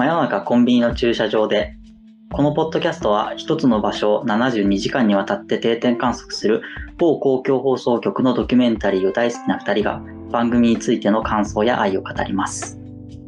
真夜中コンビニの駐車場で。このポッドキャストは一つの場所を72時間にわたって定点観測する某公共放送局のドキュメンタリーを大好きな2人が番組についての感想や愛を語ります。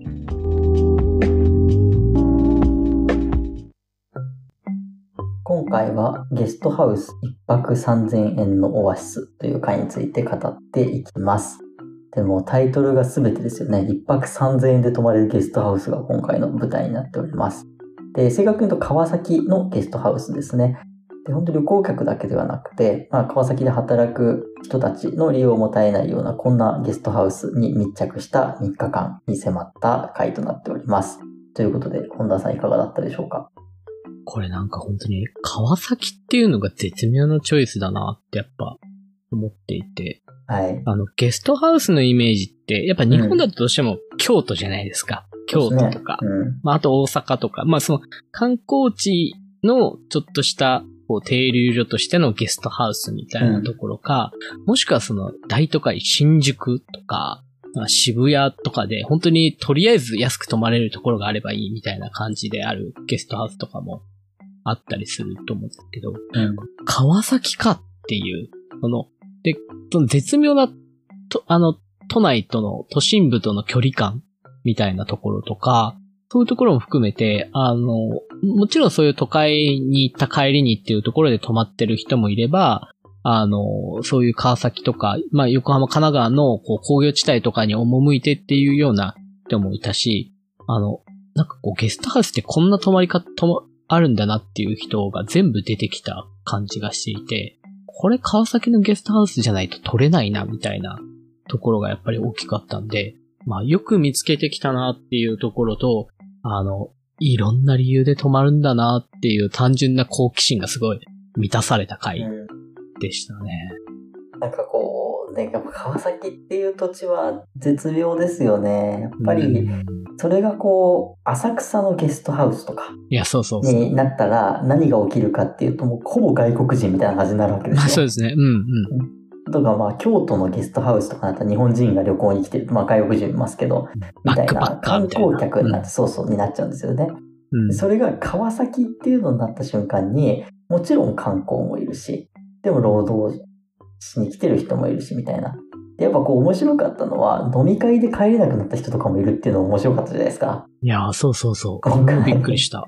今回はゲストハウス1泊3000円のオアシスという回について語っていきます。でもタイトルが全てですよね。1泊3000円で泊まれるゲストハウスが今回の舞台になっております。で、正確に言うと川崎のゲストハウスですね。で、本当に旅行客だけではなくて、川崎で働く人たちの利用も絶えないようなこんなゲストハウスに密着した3日間に迫った回となっております。ということで、本田さんいかがだったでしょうか？ これなんか本当に川崎っていうのが絶妙なチョイスだなってやっぱ思っていて。 はい。 ゲストハウスのイメージってやっぱ日本だとどうしても京都じゃないですか。京都とか。あと大阪とか。その観光地のちょっとした停留所としてのゲストハウスみたいなところか、もしくはその大都会新宿とか、渋谷とかで本当にとりあえず安く泊まれるところがあればいいみたいな感じであるゲストハウスとかもあったりすると思うんですけど、川崎かっていう、その絶妙な都内との都心部との距離感みたいなところとか、そういうところも含めて、もちろんそういう都会に行った帰りにっていうところで泊まってる人もいれば、そういう川崎とか、横浜、神奈川の工業地帯とかに赴いてっていうような人もいたし、ゲストハウスってこんな泊まり方あるんだなっていう人が全部出てきた感じがしていて、これ川崎のゲストハウスじゃないと取れないなみたいなところがやっぱり大きかったんで、よく見つけてきたなっていうところと、いろんな理由で泊まるんだなっていう単純な好奇心がすごい満たされた回でしたね。 やっぱ川崎っていう土地は絶妙ですよね。やっぱり、それが浅草のゲストハウスとかになったら何が起きるかっていうと、もうほぼ外国人みたいな感じになるわけですよ。 そうですね。 とか京都のゲストハウスとかだったら日本人が旅行に来てる、外国人いますけど、みたいな観光客になって、になっちゃうんですよね。それが川崎っていうのになった瞬間に、もちろん観光もいるし、でも労働しに来てる人もいるしみたいな。でやっぱ面白かったのは、飲み会で帰れなくなった人とかもいるっていうのも面白かったじゃないですか。 いやー、そう。今回びっくりした。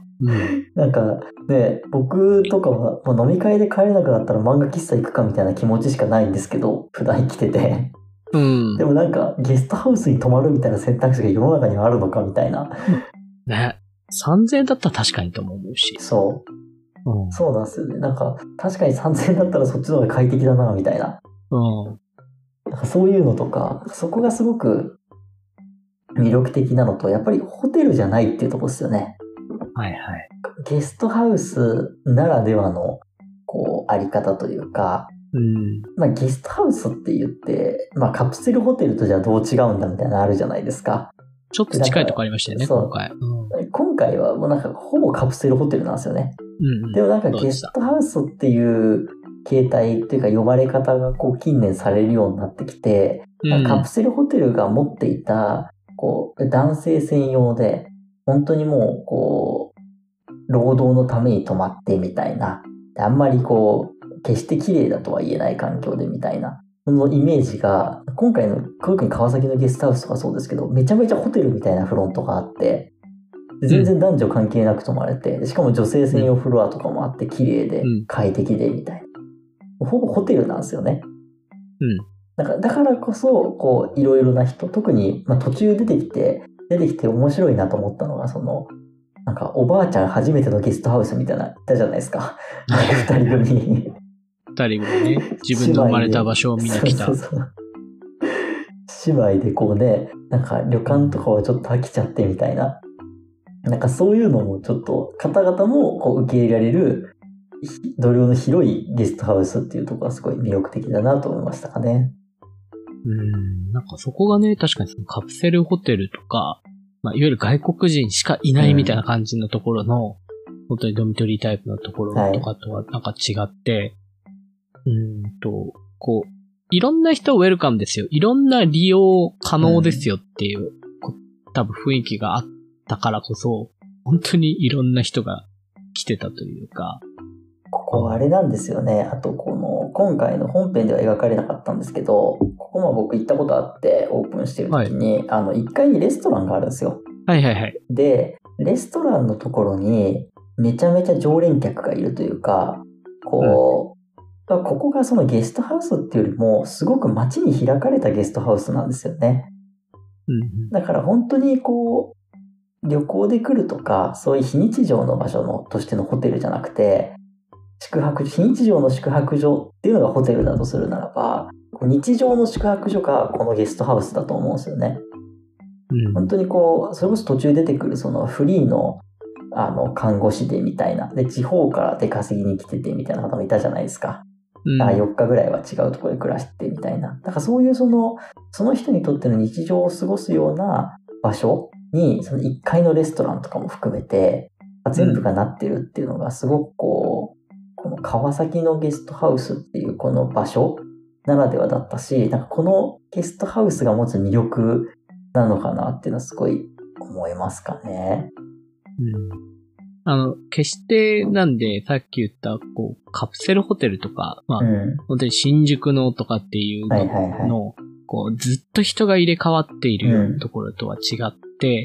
僕とかはもう飲み会で帰れなくなったら漫画喫茶行くかみたいな気持ちしかないんですけど、普段生きてて。でもゲストハウスに泊まるみたいな選択肢が世の中にはあるのかみたいな。 ね。3000円だったら確かにとも思うし。 そうなんですよね。確かに3000円だったらそっちの方が快適だな、みたいな。そういうのとか、そこがすごく魅力的なのと、やっぱりホテルじゃないっていうところですよね。 はい。 ゲストハウスならではの、あり方というか、ゲストハウスって言って、カプセルホテルとじゃあどう違うんだみたいなのあるじゃないですか。 ちょっと近いとこありましたよね、今回。 今回はもうほぼカプセルホテルなんですよね。でもゲストハウスっていう形態っていうか呼ばれ方が近年されるようになってきて、カプセルホテルが持っていた男性専用で本当にもう労働のために泊まってみたいな、あんまり決して綺麗だとは言えない環境でみたいなそのイメージが今回の特に川崎のゲストハウスとかそうですけど、めちゃめちゃホテルみたいなフロントがあって、全然男女関係なく泊まれて、しかも女性専用フロアとかもあって綺麗で快適でみたいな、ほぼホテルなんですよね。だからこそいろいろな人、特に途中出てきて面白いなと思ったのが、おばあちゃん初めてのゲストハウスみたいな言ったじゃないですか。二人組ね、自分の生まれた場所を見に来た。 姉妹で旅館とかはちょっと飽きちゃってみたいな。そういうのもちょっと方々も受け入れられる度量の広いゲストハウスっていうところがすごい魅力的だなと思いましたかね。 そこがね、確かにそのカプセルホテルとか、いわゆる外国人しかいないみたいな感じのところの、本当にドミトリータイプのところとかとは違って、いろんな人ウェルカムですよ。いろんな利用可能ですよっていう、多分雰囲気があったからこそ、 本当にいろんな人が来てたというか。 ここあれなんですよね。あと今回の本編では描かれなかったんですけど、ここも僕行ったことあって、オープンしてる時に、1階にレストランがあるんですよ。 はいはいはい。 で、レストランのところに、めちゃめちゃ常連客がいるというか、ここがそのゲストハウスっていうよりも、すごく街に開かれたゲストハウスなんですよね。だから本当に旅行で来るとか、そういう非日常の場所としてのホテルじゃなくて、非日常の宿泊所っていうのがホテルだとするならば、日常の宿泊所がこのゲストハウスだと思うんですよね。本当にそれこそ途中出てくるそのフリーの看護師でみたいな。で、地方から出稼ぎに来ててみたいな方もいたじゃないですか。4日ぐらいは違うところで暮らしてみたいな。だからそういうその人にとっての日常を過ごすような場所に、その1階のレストランとかも含めて、全部がなってるっていうのがすごくこの川崎のゲストハウスっていうこの場所ならではだったし、なんかこのゲストハウスが持つ魅力なのかなっていうのはすごい思いますかね。 決してなんで、さっき言った、カプセルホテルとか、本当に新宿のとかっていうの、ずっと人が入れ替わっているようなところとは違って、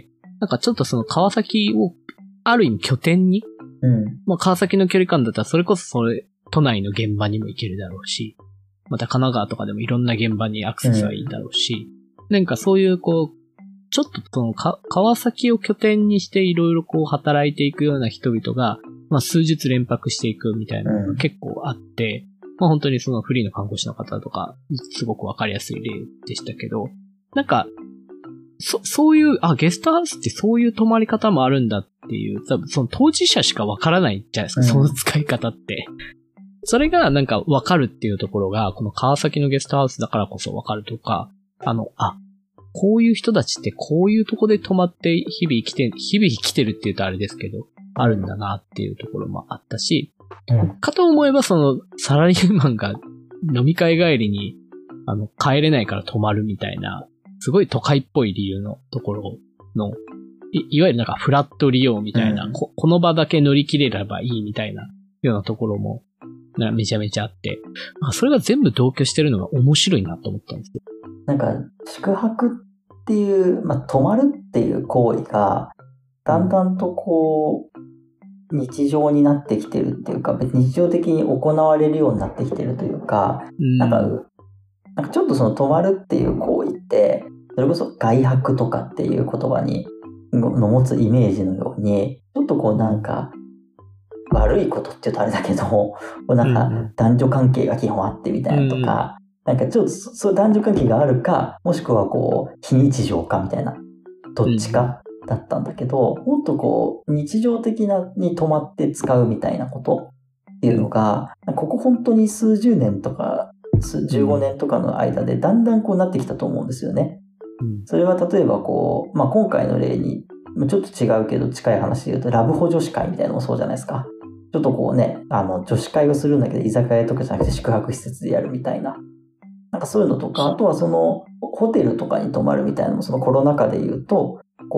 なんかちょっとその川崎を、ある意味拠点に、川崎の距離感だったら、それこそ都内の現場にも行けるだろうし、また神奈川とかでもいろんな現場にアクセスはいいだろうし、なんかそういうちょっとその川崎を拠点にしていろいろ働いていくような人々が、数日連泊していくみたいなのが結構あって、本当にそのフリーの看護師の方とか、すごくわかりやすい例でしたけど、なんか、そういう、ゲストハウスってそういう泊まり方もあるんだっていう、多分その当事者しかわからないじゃないですか、その使い方って。それがなんかわかるっていうところが、この川崎のゲストハウスだからこそわかるとか、こういう人たちってこういうとこで泊まって日々生きてるって言うとあれですけど、あるんだなっていうところもあったし、かと思えばそのサラリーマンが飲み会帰りに帰れないから泊まるみたいな、すごい都会っぽい理由のところの、いわゆるなんかフラット利用みたいな、この場だけ乗り切れればいいみたいなようなところもめちゃめちゃあって、それが全部同居してるのが面白いなと思ったんですよ。 なんか宿泊っていう、泊まるっていう行為がだんだんと日常になってきてるっていうか、別に日常的に行われるようになってきてるというか、なんかちょっとその泊まるっていう行為って、それこそ外泊とかっていう言葉の持つイメージのように、ちょっとなんか悪いことって言うとあれだけど、なんか男女関係が基本あってみたいなとか、なんかちょっとそういう男女関係があるか、もしくは非日常かみたいな、どっちかだったんだけど、もっと日常的に泊まって使うみたいなことっていうのが、ここ本当に数十年とか、15年とかの間でだんだんなってきたと思うんですよね。それは例えば今回の例に、ちょっと違うけど近い話で言うと、ラブホ女子会みたいなのもそうじゃないですか。ちょっと女子会をするんだけど、居酒屋とかじゃなくて宿泊施設でやるみたいな。なんかそういうのとか、あとはそのホテルとかに泊まるみたいなのも、そのコロナ禍で言うと、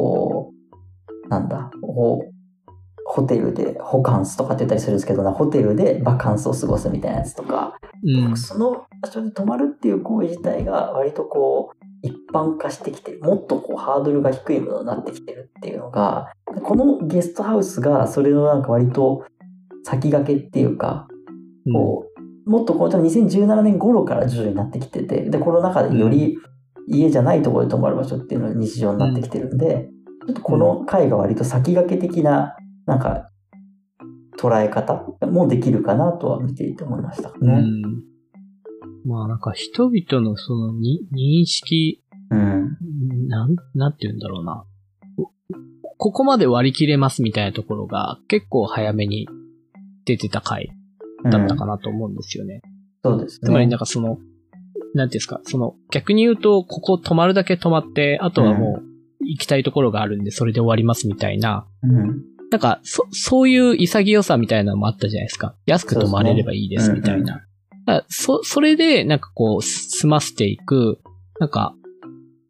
ホテルでホカンスとかって言ったりするんですけど、ホテルでバカンスを過ごすみたいなやつとか、その場所で泊まるっていう行為自体が割と一般化してきてる、もっとハードルが低いものになってきてるっていうのが、このゲストハウスがそれのなんか割と先駆けっていうか、もっと2017年頃から徐々になってきてて、で、コロナ禍でより家じゃないところで泊まる場所っていうのが日常になってきてるんで、ちょっとこの回が割と先駆け的な、なんか、捉え方もできるかなとは見ていて思いましたね。 なんか人々のその認識、なんて言うんだろうな。ここまで割り切れますみたいなところが結構早めに出てた回だったかなと思うんですよね。 そうですね。 つまりなんかなんていうんですか、逆に言うと、ここ泊まるだけ泊まって、あとはもう行きたいところがあるんで、それで終わりますみたいな。なんか、そういう潔さみたいなのもあったじゃないですか。安く泊まれればいいですみたいな。それで、なんか済ませていく、なんか、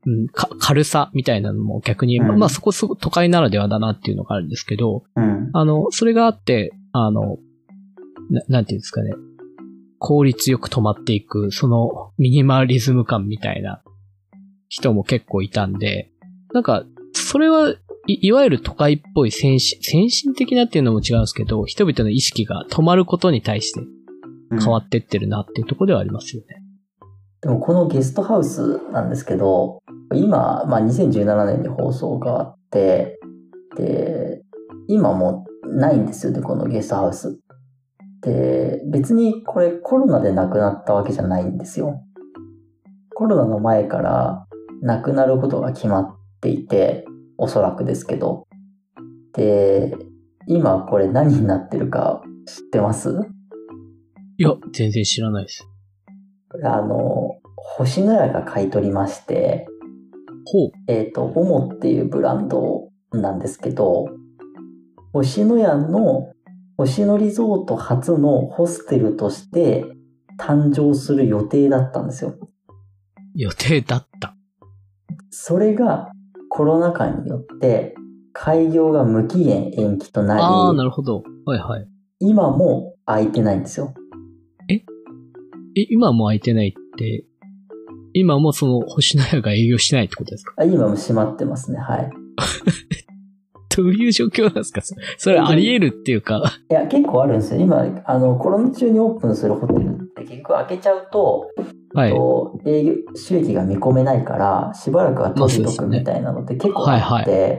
軽さみたいなのも逆に、まあそこすご都会ならではだなっていうのがあるんですけど、それがあって、なんていうんですかね、効率よく止まっていく、そのミニマリズム感みたいな人も結構いたんで、なんか、それいわゆる都会っぽい先進的なっていうのも違うんですけど、人々の意識が止まることに対して変わってってるなっていうところではありますよね。 でもこのゲストハウスなんですけど、今、2017年に放送があって、で、今もないんですよね、このゲストハウス。で、別にこれコロナで亡くなったわけじゃないんですよ。コロナの前から亡くなることが決まっていて、おそらくですけど。で、今これ何になってるか知ってます？ いや、全然知らないです。 星のやが買い取りまして、オモっていうブランドなんですけど、星のやの星野リゾート初のホステルとして誕生する予定だったんですよ。 予定だった。 それがコロナ禍によって開業が無期限延期となり、 なるほど。はいはい。 今も空いてないんですよ。 今も空いてないって、今もその星のやが営業してないってことですか？ 今も閉まってますね、はい。 どういう状況なんですか？それあり得るっていうか。 いや、結構あるんですよ。今、コロナ中にオープンするホテルって結局開けちゃうと、 はい、 営業収益が見込めないから、しばらくは閉じとくみたいなのって結構あって、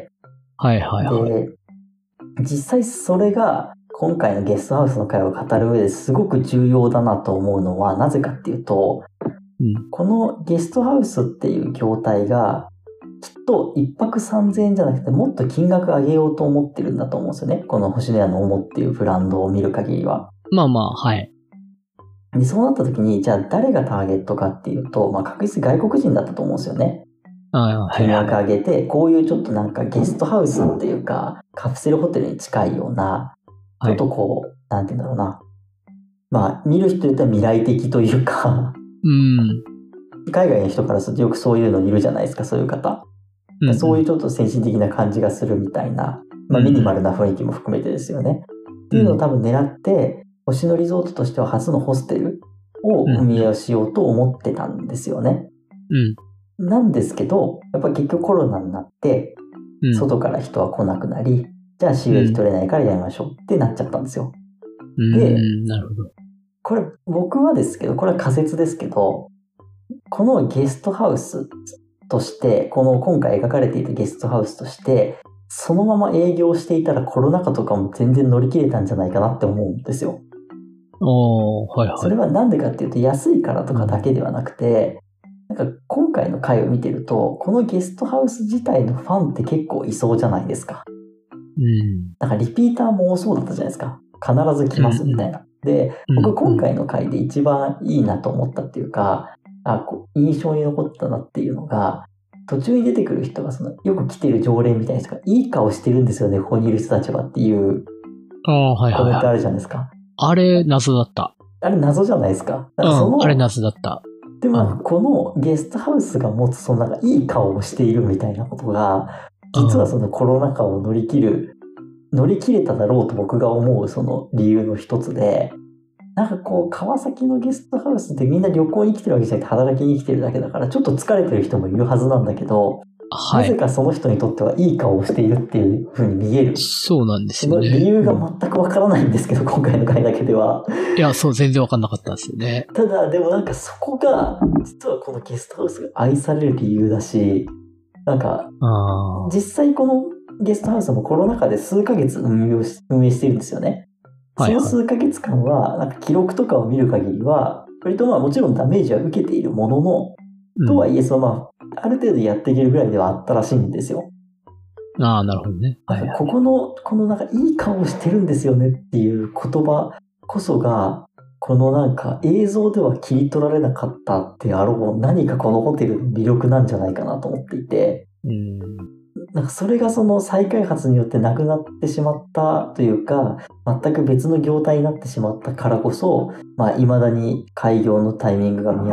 で、実際それが今回のゲストハウスの会を語る上ですごく重要だなと思うのはなぜかっていうと、このゲストハウスっていう業態がきっと1泊3000円じゃなくてもっと金額上げようと思ってるんだと思うんですよね。この星のやのオモっていうブランドを見る限りは。 はい。 で、そうなった時に、じゃあ誰がターゲットかっていうと、確実に外国人だったと思うんですよね。金額上げて、こういうちょっとなんかゲストハウスっていうか、カプセルホテルに近いような、ちょっとこう、なんて言うんだろうな。見る人によっては未来的というか、海外の人からするとよくそういうのいるじゃないですか、そういう方。そういうちょっと先進的な感じがするみたいな、ミニマルな雰囲気も含めてですよね。っていうのを多分狙って、星野リゾートとしては初のホステルを運営をしようと思ってたんですよね。なんですけど、やっぱり結局コロナになって、外から人は来なくなり、じゃあ収益取れないからやめましょうってなっちゃったんですよ。で、 なるほど。 これ僕はですけど、これは仮説ですけど、このゲストハウスとして、この今回描かれていたゲストハウスとして、そのまま営業していたらコロナ禍とかも全然乗り切れたんじゃないかなって思うんですよ。それはなんでかっていうと安いからとかだけではなくて、なんか今回の回を見てると、このゲストハウス自体のファンって結構いそうじゃないですか。だからリピーターも多そうだったじゃないですか。必ず来ますみたいな。で、僕今回の回で一番いいなと思ったっていうか、印象に残ったなっていうのが、途中に出てくる人がよく来てる常連みたいな人がいい顔してるんですよね、ここにいる人たちはっていうコメントあるじゃないですか。 あれ謎だった。 あれ謎じゃないですか。 あれ謎だった。 でも、このゲストハウスが持つなんかいい顔をしているみたいなことが、実はそのコロナ禍を乗り切れただろうと僕が思うその理由の一つで、なんかこう、川崎のゲストハウスってみんな旅行に来てるわけじゃなくて働きに来てるだけだから、ちょっと疲れてる人もいるはずなんだけど、なぜかその人にとってはいい顔をしているっていう風に見える。 そうなんですよね。 その理由が全くわからないんですけど、今回の回だけでは。 いや、全然わかんなかったですよね。 ただ、でもなんかそこが、実はこのゲストハウスが愛される理由だし、なんか、実際このゲストハウスもコロナ禍で数ヶ月運営してるんですよね。その数ヶ月間は、なんか記録とかを見る限りは、割ともちろんダメージは受けているものの、とはいえ、ある程度やっていけるぐらいではあったらしいんですよ。 なるほどね。 このなんかいい顔してるんですよねっていう言葉こそが、このなんか映像では切り取られなかったってあろう何かこのホテルの魅力なんじゃないかなと思っていて、なんかそれがその再開発によってなくなってしまったというか、全く別の業態になってしまったからこそ、未だに開業のタイミングが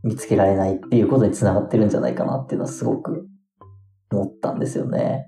見つけられないっていうことにつながってるんじゃないかなっていうのはすごく思ったんですよね。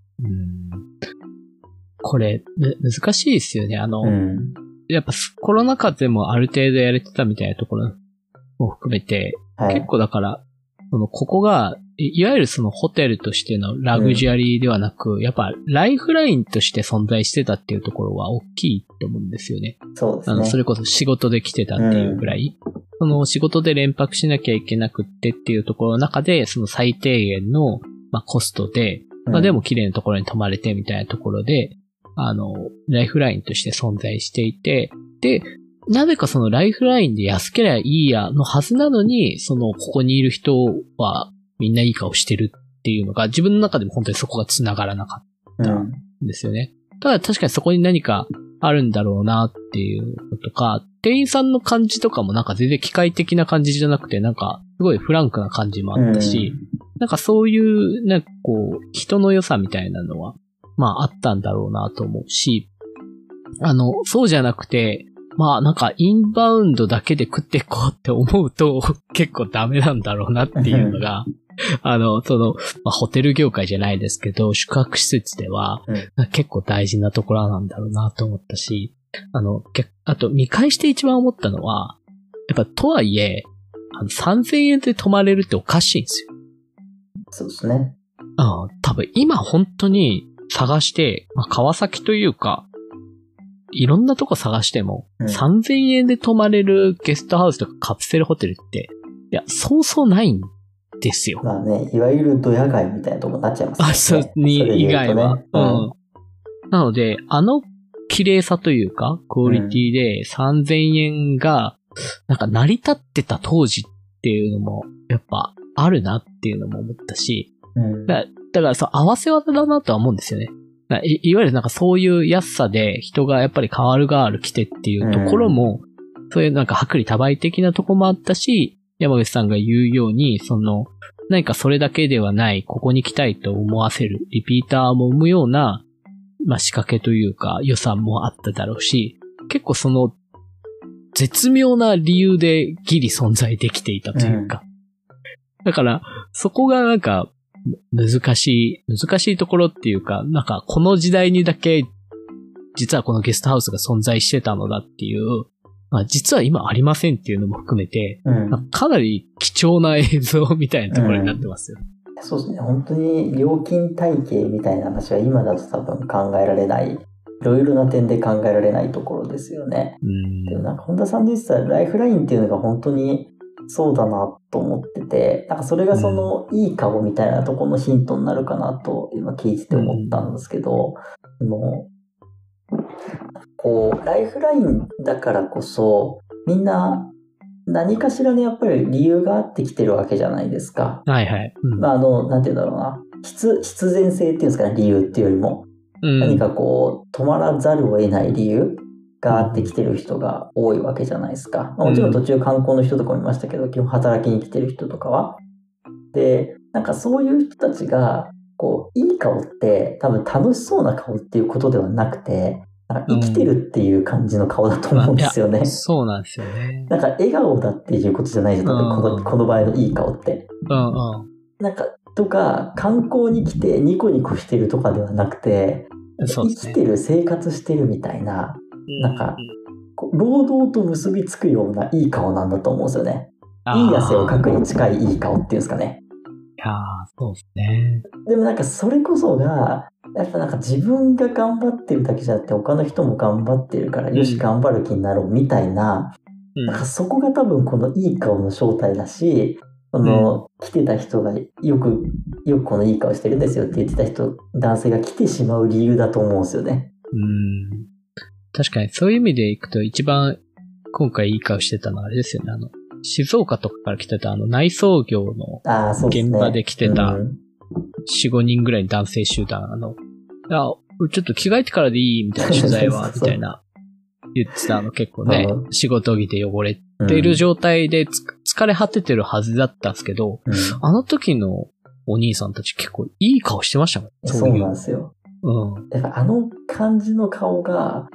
これ、難しいですよね。やっぱコロナ禍でもある程度やれてたみたいなところも含めて、はい、結構だから、ここが、いわゆるそのホテルとしてのラグジュアリーではなく、やっぱライフラインとして存在してたっていうところは大きいと思うんですよね。 そうですね。 それこそ仕事で来てたっていうぐらい、その仕事で連泊しなきゃいけなくってっていうところの中で、その最低限の、コストで、でも綺麗なところに泊まれてみたいなところで、ライフラインとして存在していて、で、なぜかそのライフラインで安ければいいやのはずなのに、ここにいる人はみんないい顔してるっていうのが自分の中でも本当にそこが繋がらなかったんですよね。ただ確かにそこに何かあるんだろうなっていうのとか、店員さんの感じとかもなんか全然機械的な感じじゃなくて、なんかすごいフランクな感じもあったし、なんかそういう、なんかこう、人の良さみたいなのは、あったんだろうなと思うし、そうじゃなくて、なんかインバウンドだけで食っていこうって思うと結構ダメなんだろうなっていうのが、ホテル業界じゃないですけど、宿泊施設では結構大事なところなんだろうなと思ったし、あと見返して一番思ったのは、やっぱとはいえ、3000円で泊まれるっておかしいんですよ。 そうですね。 多分今本当に探して、川崎というか、いろんなとこ探しても、3000円で泊まれるゲストハウスとかカプセルホテルって、いや、そうそうないんですよ。 いわゆるドヤ街みたいなとこになっちゃいますね。 以外は。なので、綺麗さというか、クオリティで3000円が、なんか成り立ってた当時っていうのも、やっぱあるなっていうのも思ったし、だから合わせ技だなとは思うんですよね。いわゆるなんかそういう安さで人がやっぱり変わる変わる来てっていうところも、そういうなんか薄利多売的なとこもあったし、山口さんが言うように、何かそれだけではない、ここに来たいと思わせる、リピーターも生むような、仕掛けというか予算もあっただろうし、結構絶妙な理由でギリ存在できていたというか。だから、そこがなんか、難しいところっていうか、なんかこの時代にだけ実はこのゲストハウスが存在してたのだっていう、実は今ありませんっていうのも含めて、かなり貴重な映像みたいなところになってますよ。 そうですね。本当に料金体系みたいな話は今だと多分考えられない、いろいろな点で考えられないところですよね。でもなんか本田さんで言ってたライフラインっていうのが本当にそうだなと思ってて、なんかそれがいい顔みたいなところのヒントになるかなと今聞いてて思ったんですけど、ライフラインだからこそみんな何かしらねやっぱり理由があってきてるわけじゃないですか。 はいはい。 なんていうんだろうな、必然性っていうんですかね、理由っていうよりも、何か止まらざるを得ない理由があってきてる人が多いわけじゃないですか。もちろん途中観光の人とかもいましたけど、基本働きに来てる人とかは。で、なんかそういう人たちが、いい顔って多分楽しそうな顔っていうことではなくて、なんか生きてるっていう感じの顔だと思うんですよね。 そうなんですよね。 なんか笑顔だっていうことじゃないじゃん、多分この場合のいい顔って。なんか、とか、観光に来てニコニコしてるとかではなくて、生きてる、生活してるみたいな、なんか、労働と結びつくようないい顔なんだと思うんですよね。いい汗をかくに近いいい顔っていうんですかね。 そうですね。 でもなんかそれこそが、やっぱなんか自分が頑張ってるだけじゃなくて他の人も頑張ってるから、よし頑張る気になろうみたいな、なんかそこが多分このいい顔の正体だし、来てた人がよくこのいい顔してるんですよって言ってた人、男性が来てしまう理由だと思うんですよね。 確かにそういう意味でいくと一番今回いい顔してたのはあれですよね。静岡とかから来てた内装業の現場で来てた 4,5 人ぐらいの男性集団、ちょっと着替えてからでいいみたいな取材は、みたいな言ってた結構ね、仕事着で汚れている状態で疲れ果ててるはずだったんですけど、あの時のお兄さんたち結構いい顔してましたもん。 そうなんですよ。やっぱ感じの顔が、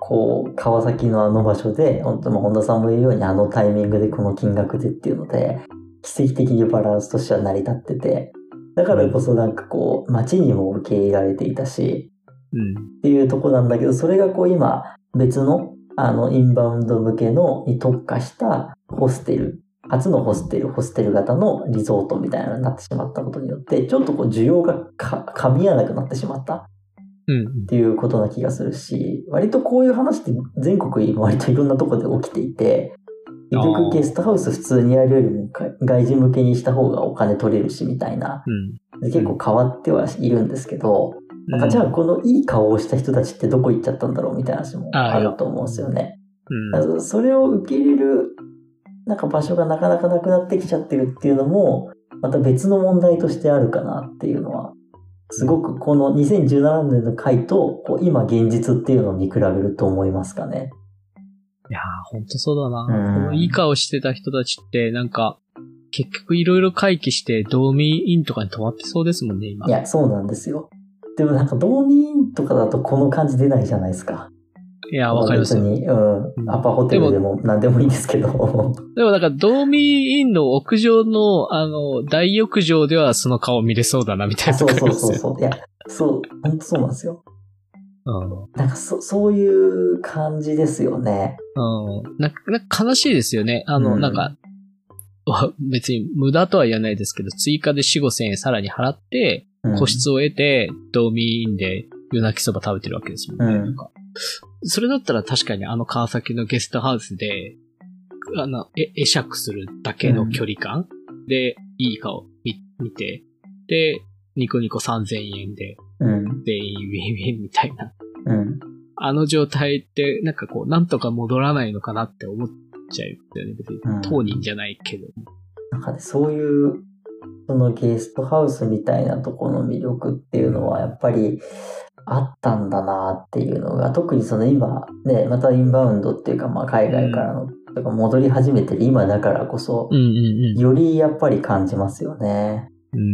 こう、川崎のあの場所で、本田さんも言うようにあのタイミングでこの金額でっていうので、奇跡的にバランスとしては成り立ってて、だからこそなんかこう、街にも受け入れられていたし、っていうとこなんだけど、それがこう今、別の、インバウンド向けのに特化したホステル、初のホステル型のリゾートみたいなのになってしまったことによって、ちょっとこう需要が噛み合わなくなってしまったっていうことな気がするし、割とこういう話って全国割といろんなところで起きていて、結局ゲストハウス普通にやるよりも外人向けにした方がお金取れるしみたいな、結構変わってはいるんですけど、なんかじゃあこのいい顔をした人たちってどこ行っちゃったんだろうみたいな話もあると思うんですよね。それを受け入れるなんか場所がなかなかなくなってきちゃってるっていうのもまた別の問題としてあるかなっていうのはすごくこの2017年の回とこう今現実っていうのを見比べると思いますかね。 いやーほんとそうだな。このいい顔してた人たちってなんか結局いろいろ回帰して道民院とかに泊まってそうですもんね今。 いやそうなんですよ。でもなんか道民院とかだとこの感じ出ないじゃないですか。 いや、わかりますよ。 別に、アパホテルでも何でもいいんですけど。 でもなんか、道民院の屋上の、大浴場ではその顔見れそうだな、みたいなところですよ。 そう。いや、本当そうなんですよ。なんかそういう感じですよね。 なんか悲しいですよね。なんか、別に無駄とは言わないですけど、追加で4、5千円さらに払って、個室を得て、道民院で夜泣きそば食べてるわけですもんね。なんかそれだったら確かに川崎のゲストハウスで、会釈するだけの距離感、で、いい顔見て、で、ニコニコ3000円で、全員ウィンウィンみたいな。あの状態って、なんかこう、なんとか戻らないのかなって思っちゃうよね。別に当人じゃないけど。 なんかね、そういう、そのゲストハウスみたいなところの魅力っていうのは、やっぱり、あったんだなっていうのが、特にその今ね、またインバウンドっていうか、まあ海外からのとか戻り始めてる今だからこそ、よりやっぱり感じますよね。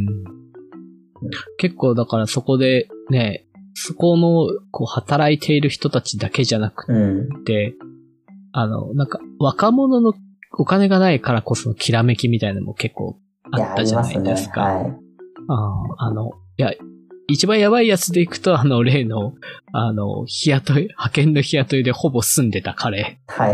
結構だからそこでね、そこのこう働いている人たちだけじゃなくて、なんか若者のお金がないからこそのきらめきみたいなのも結構あったじゃないですか。いや、一番やばいやつでいくと、例の、日雇い、派遣の日雇いでほぼ住んでた彼。 はい。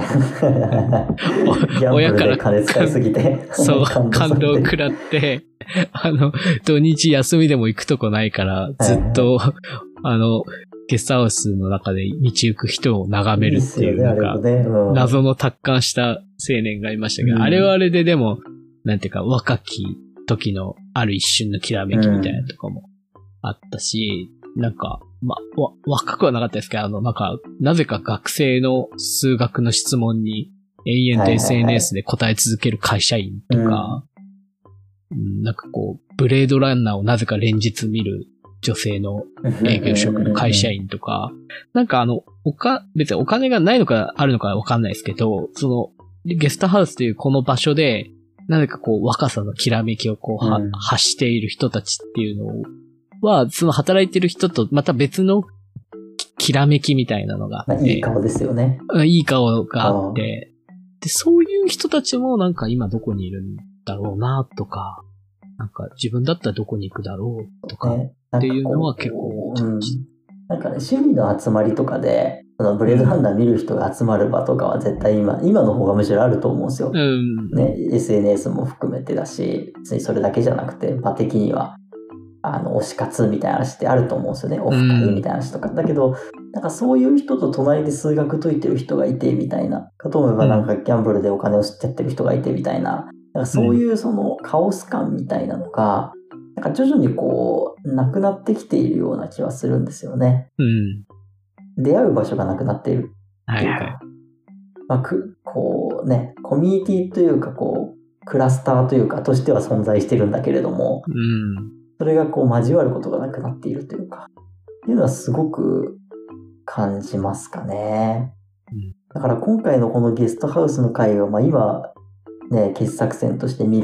親から金使いすぎて。 そう、感動を食らって、土日休みでも行くとこないから、ずっと、ゲストハウスの中で道行く人を眺めるっていう、なんか、謎の達観した青年がいましたけど、あれはあれででも、なんていうか、若き時のある一瞬のきらめきみたいなとこも、あったし、なんか、若くはなかったですけど、なんか、なぜか学生の数学の質問に延々と SNS で答え続ける会社員とか、なんかこう、ブレードランナーをなぜか連日見る女性の営業職の会社員とか、なんか別にお金がないのかあるのかわかんないですけど、その、ゲストハウスというこの場所で、なぜかこう、若さのきらめきをこう、発している人たちっていうのを、その働いてる人とまた別のきらめきみたいなのがあって。 いい顔ですよね。 いい顔があって。で、そういう人たちもなんか今どこにいるんだろうなとか、なんか自分だったらどこに行くだろうとかっていうのは結構なんかね、趣味の集まりとかで、そのブレードハンナー見る人が集まる場とかは絶対今の方がむしろあると思うんですよ。ね、SNS も含めてだし、別にそれだけじゃなくて、場的には。推し活みたいな話ってあると思うんですよね。オフ会みたいな話とか。だけど、なんかそういう人と隣で数学解いてる人がいてみたいな。かと思えばなんかギャンブルでお金を吸っちゃってる人がいてみたいな。なんかそういうそのカオス感みたいなのが、なんか徐々にこう、なくなってきているような気はするんですよね。出会う場所がなくなっているっていうか。こうね、コミュニティというかこう、クラスターというかとしては存在してるんだけれども、それがこう交わることがなくなっているというか、っていうのはすごく感じますかね。だから今回のこのゲストハウスの会は、今、ね、傑作選として見る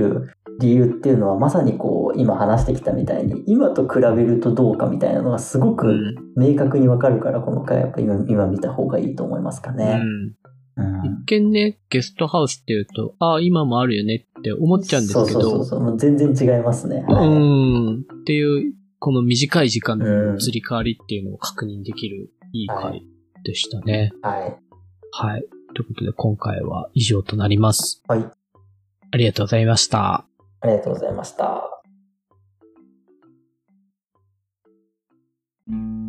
理由っていうのはまさにこう今話してきたみたいに今と比べるとどうかみたいなのがすごく明確にわかるからこの回やっぱ今見た方がいいと思いますかね。 一見ね、ゲストハウスっていうと、今もあるよねって思っちゃうんですけど。 そう。もう全然違いますね。 っていう、この短い時間の移り変わりっていうのを確認できるいい回でしたね。はい。ということで今回は以上となります。はい。ありがとうございました。 ありがとうございました。